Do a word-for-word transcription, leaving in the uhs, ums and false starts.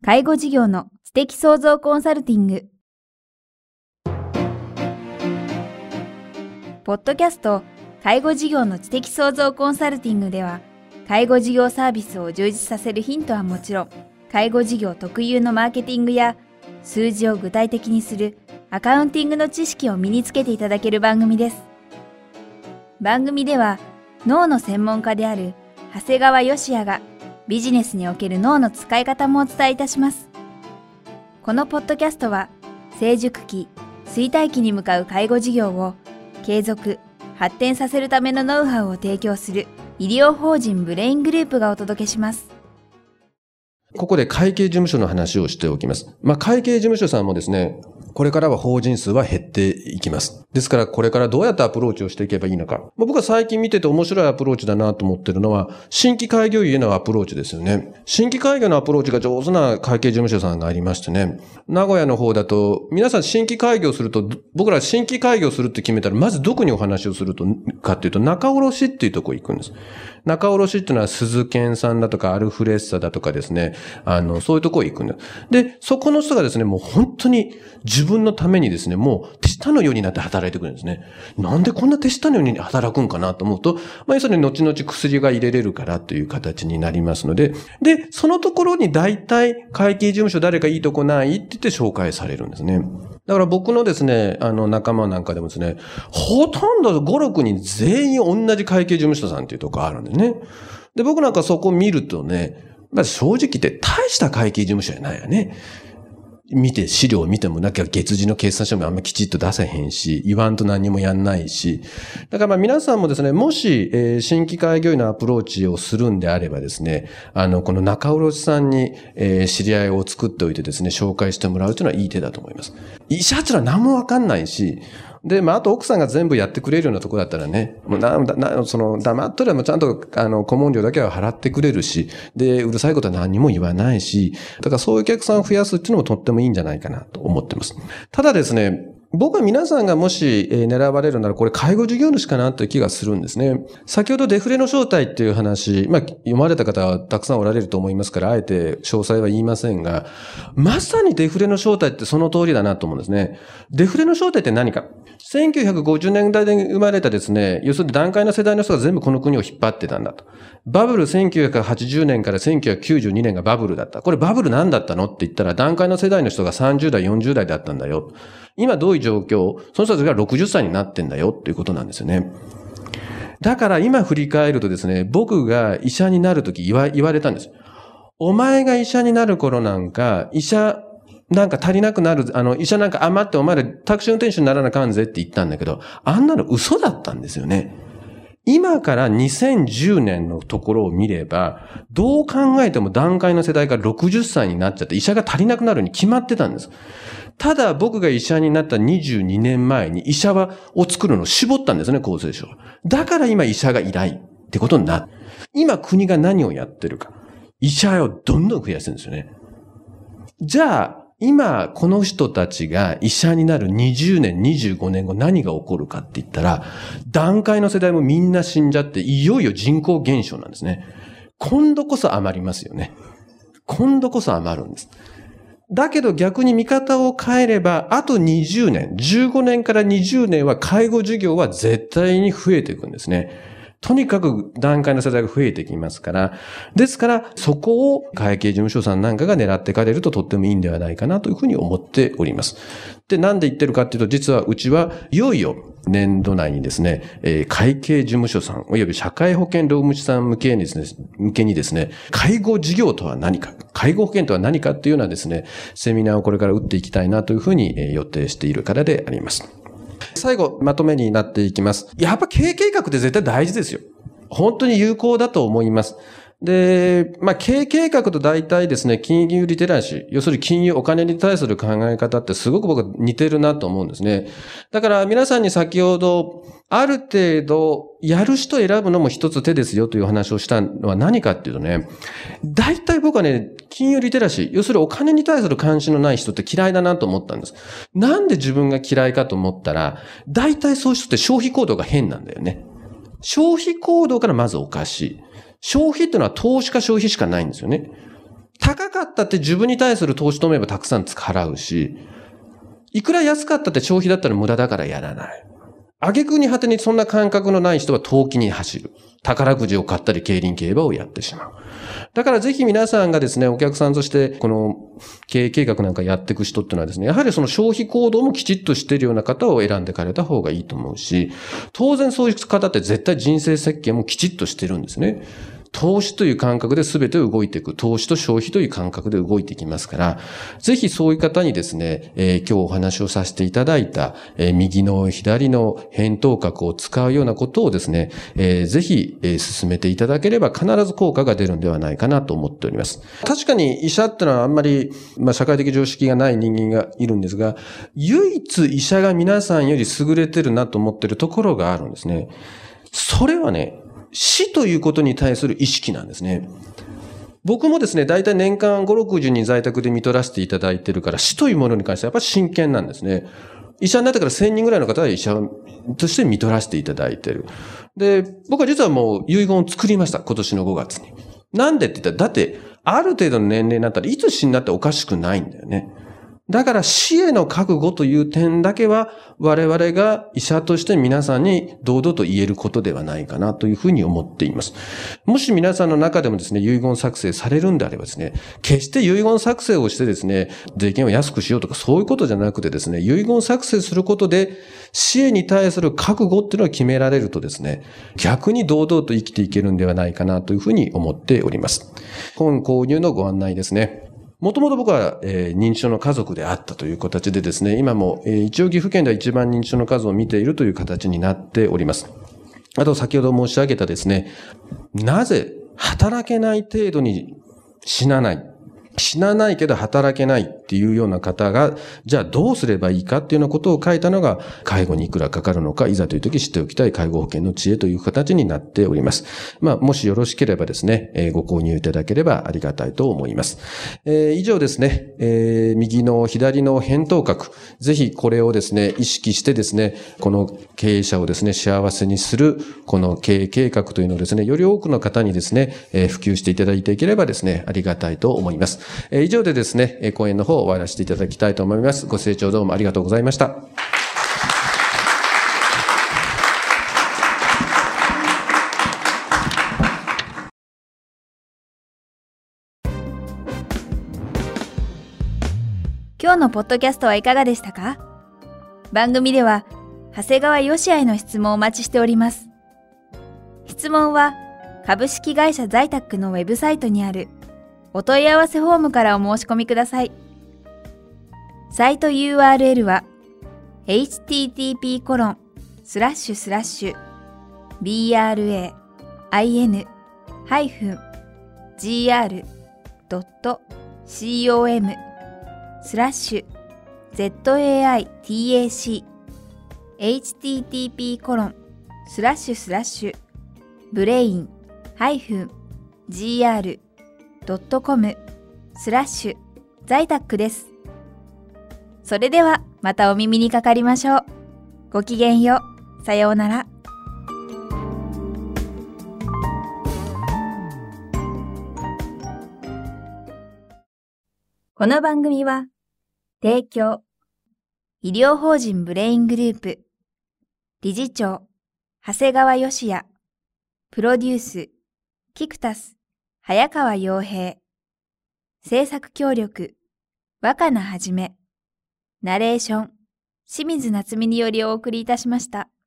介護事業の知的創造コンサルティング。ポッドキャスト介護事業の知的創造コンサルティングでは、介護事業サービスを充実させるヒントはもちろん、介護事業特有のマーケティングや数字を具体的にするアカウンティングの知識を身につけていただける番組です。番組では脳の専門家である長谷川芳也がビジネスにおける脳の使い方もお伝えいたします。このポッドキャストは成熟期、衰退期に向かう介護事業を継続、発展させるためのノウハウを提供する医療法人ブレイングループがお届けします。 ここで会計事務所の話をしておきます。まあ、会計事務所さんもですね、これからは法人数は減っていきます。ですからこれからどうやってアプローチをしていけばいいのか。まあ、僕は最近見てて面白いアプローチだなと思ってるのは、新規開業医へのアプローチですよね。新規開業のアプローチが上手な会計事務所さんがありましてね。名古屋の方だと、皆さん新規開業すると、僕ら新規開業するって決めたら、まずどこにお話をするとかっていうと、仲卸っていうところ行くんです。仲卸っていうのは鈴研さんだとかアルフレッサだとかですね、あの、そういうところ行くんです。で、そこの人がですね、もう本当に自分のためにですね、もう手下のようになって働いてくるんですね。なんでこんな手下のように働くんかなと思うと、まあ、要するに後々薬が入れれるからという形になりますので、で、そのところに大体会計事務所誰かいいとこないって言って紹介されるんですね。だから僕のですね、あの仲間なんかでもですね、ほとんどご、ろくにん全員同じ会計事務所さんっていうところあるんですね。で、僕なんかそこ見るとね、まあ、正直言って大した会計事務所じゃないよね。見て、資料を見てもなきゃ月次の決算書もあんまきちっと出せへんし、言わんと何もやんないし。だからまあ皆さんもですね、もし、えー、新規開業医のアプローチをするんであればですね、あの、この仲卸さんに、えー、知り合いを作っておいてですね、紹介してもらうというのはいい手だと思います。医者ってのは何もわかんないし、で、まあ、あと奥さんが全部やってくれるようなとこだったらね、もうな、な、その、黙っとればちゃんと、あの、顧問料だけは払ってくれるし、で、うるさいことは何にも言わないし、だからそういうお客さんを増やすっていうのもとってもいいんじゃないかなと思ってます。ただですね、僕は皆さんがもし狙われるならこれ介護事業主かなという気がするんですね。先ほどデフレの正体っていう話、まあ読まれた方はたくさんおられると思いますからあえて詳細は言いませんが、まさにデフレの正体ってその通りだなと思うんですね。デフレの正体って何か。せんきゅうひゃくごじゅうねんだいで生まれたですね、要するに団塊の世代の人が全部この国を引っ張ってたんだと。バブルせんきゅうひゃくはちじゅうねんからせんきゅうひゃくきゅうじゅうにねんがバブルだった。これバブル何だったのって言ったら団塊の世代の人がさんじゅうだい、よんじゅうだいだったんだよ。今どういう状況？その人たちがろくじゅっさいになってんだよっていうことなんですよね。だから今振り返るとですね、僕が医者になるとき言わ、言われたんです。お前が医者になる頃なんか、医者なんか足りなくなる、あの、医者なんか余ってお前らタクシー運転手にならなあかんぜって言ったんだけど、あんなの嘘だったんですよね。今からにせんじゅうねんのところを見れば、どう考えても団塊の世代がろくじゅっさいになっちゃって医者が足りなくなるに決まってたんです。ただ僕が医者になったにじゅうにねんまえに医者はを作るのを絞ったんですね、厚生省。だから今医者がいないってことになる。今国が何をやってるか。医者をどんどん増やしてるんですよね。じゃあ、今この人たちが医者になるにじゅうねん、にじゅうごねんご何が起こるかって言ったら、団塊の世代もみんな死んじゃっていよいよ人口減少なんですね。今度こそ余りますよね。今度こそ余るんです。だけど逆に見方を変えれば、あとにじゅうねん、じゅうごねんからにじゅうねんは介護事業は絶対に増えていくんですね。とにかく団塊の世代が増えてきますから、ですからそこを会計事務所さんなんかが狙っていかれるととってもいいんではないかなというふうに思っております。で、なんで言ってるかっていうと、実はうちはいよいよ年度内にですね、えー、会計事務所さんおよび社会保険労務士さん向けにですね、向けにですね、介護事業とは何か、介護保険とは何かっていうようなですね、セミナーをこれから打っていきたいなというふうに予定しているからであります。最後、まとめになっていきます。やっぱ経営計画って絶対大事ですよ。本当に有効だと思います。で、まあ、経営計画と大体ですね、金融リテラシー、要するに金融、お金に対する考え方ってすごく僕は似てるなと思うんですね。だから皆さんに先ほど、ある程度、やる人を選ぶのも一つ手ですよという話をしたのは何かっていうとね、大体僕はね、金融リテラシー、要するにお金に対する関心のない人って嫌いだなと思ったんです。なんで自分が嫌いかと思ったら、大体そういう人って消費行動が変なんだよね。消費行動からまずおかしい。消費ってのは投資か消費しかないんですよね。 高かったって自分に対する投資と思えばたくさん払うし、いくら安かったって消費だったら無駄だからやらない。挙句に果てにそんな感覚のない人は投機に走る。宝くじを買ったり競輪競馬をやってしまう。だからぜひ皆さんがですね、お客さんとしてこの経営計画なんかやっていく人っていうのはですね、やはりその消費行動もきちっとしているような方を選んでかれた方がいいと思うし、当然そういう方って絶対人生設計もきちっとしてるんですね。投資という感覚で全て動いていく。投資と消費という感覚で動いていきますから、ぜひそういう方にですね、えー、今日お話をさせていただいた、えー、右の左の扁桃核を使うようなことをですね、えー、ぜひ、えー、進めていただければ必ず効果が出るんではないかなと思っております。確かに医者ってのはあんまり、まあ、社会的常識がない人間がいるんですが、唯一医者が皆さんより優れてるなと思ってるところがあるんですね。それはね、死ということに対する意識なんですね。僕もですね、だいたい年間ご、ろくじゅうにん在宅で見取らせていただいているから、死というものに関してはやっぱり真剣なんですね。医者になってからせんにんぐらいの方は医者として見取らせていただいている。で、僕は実はもう遺言を作りました。今年のごがつに。なんでって言ったら、だって、ある程度の年齢になったらいつ死んだっておかしくないんだよね。だから死への覚悟という点だけは我々が医者として皆さんに堂々と言えることではないかなというふうに思っています。もし皆さんの中でもですね、遺言作成されるんであればですね、決して遺言作成をしてですね、税金を安くしようとかそういうことじゃなくてですね、遺言作成することで死へに対する覚悟っていうのを決められるとですね、逆に堂々と生きていけるんではないかなというふうに思っております。本購入のご案内ですね。もともと僕は、えー、認知症の家族であったという形でですね、今も、えー、一応岐阜県では一番認知症の数を見ているという形になっております。あと先ほど申し上げたですね、なぜ働けない程度に死なない、死なないけど働けないっていうような方が、じゃあどうすればいいかっていうようなことを書いたのが、介護にいくらかかるのか、いざという時知っておきたい介護保険の知恵という形になっております。まあ、もしよろしければですね、えー、ご購入いただければありがたいと思います。えー、以上ですね、えー、右の左の扁桃核、ぜひこれをですね、意識してですね、この経営者をですね、幸せにする、この経営計画というのをですね、より多くの方にですね、えー、普及していただいていければですね、ありがたいと思います。えー、以上でですね、えー、講演の方を終わらせていただきたいと思います。ご清聴どうもありがとうございました。 今日のポッドキャストはいかがでしたか？番組では長谷川よしあへの質問をお待ちしております。質問は株式会社在宅のウェブサイトにあるお問い合わせフォームからお申し込みください。サイト ユーアールエル は エイチティーティーピーコロンスラッシュスラッシュビーアールエーアイエヌハイフンジーアールドットコムスラッシュ ゼットエーアイティーエーシー エイチティーティーピーコロンスラッシュスラッシュブレインハイフンジーアールドットコムスラッシュ在宅です。それではまたお耳にかかりましょう。ごきげんよう。さようなら。この番組は提供医療法人ブレイングループ理事長長谷川芳也プロデュースキクタス早川洋平制作協力若菜はじめナレーション清水夏美によりお送りいたしました。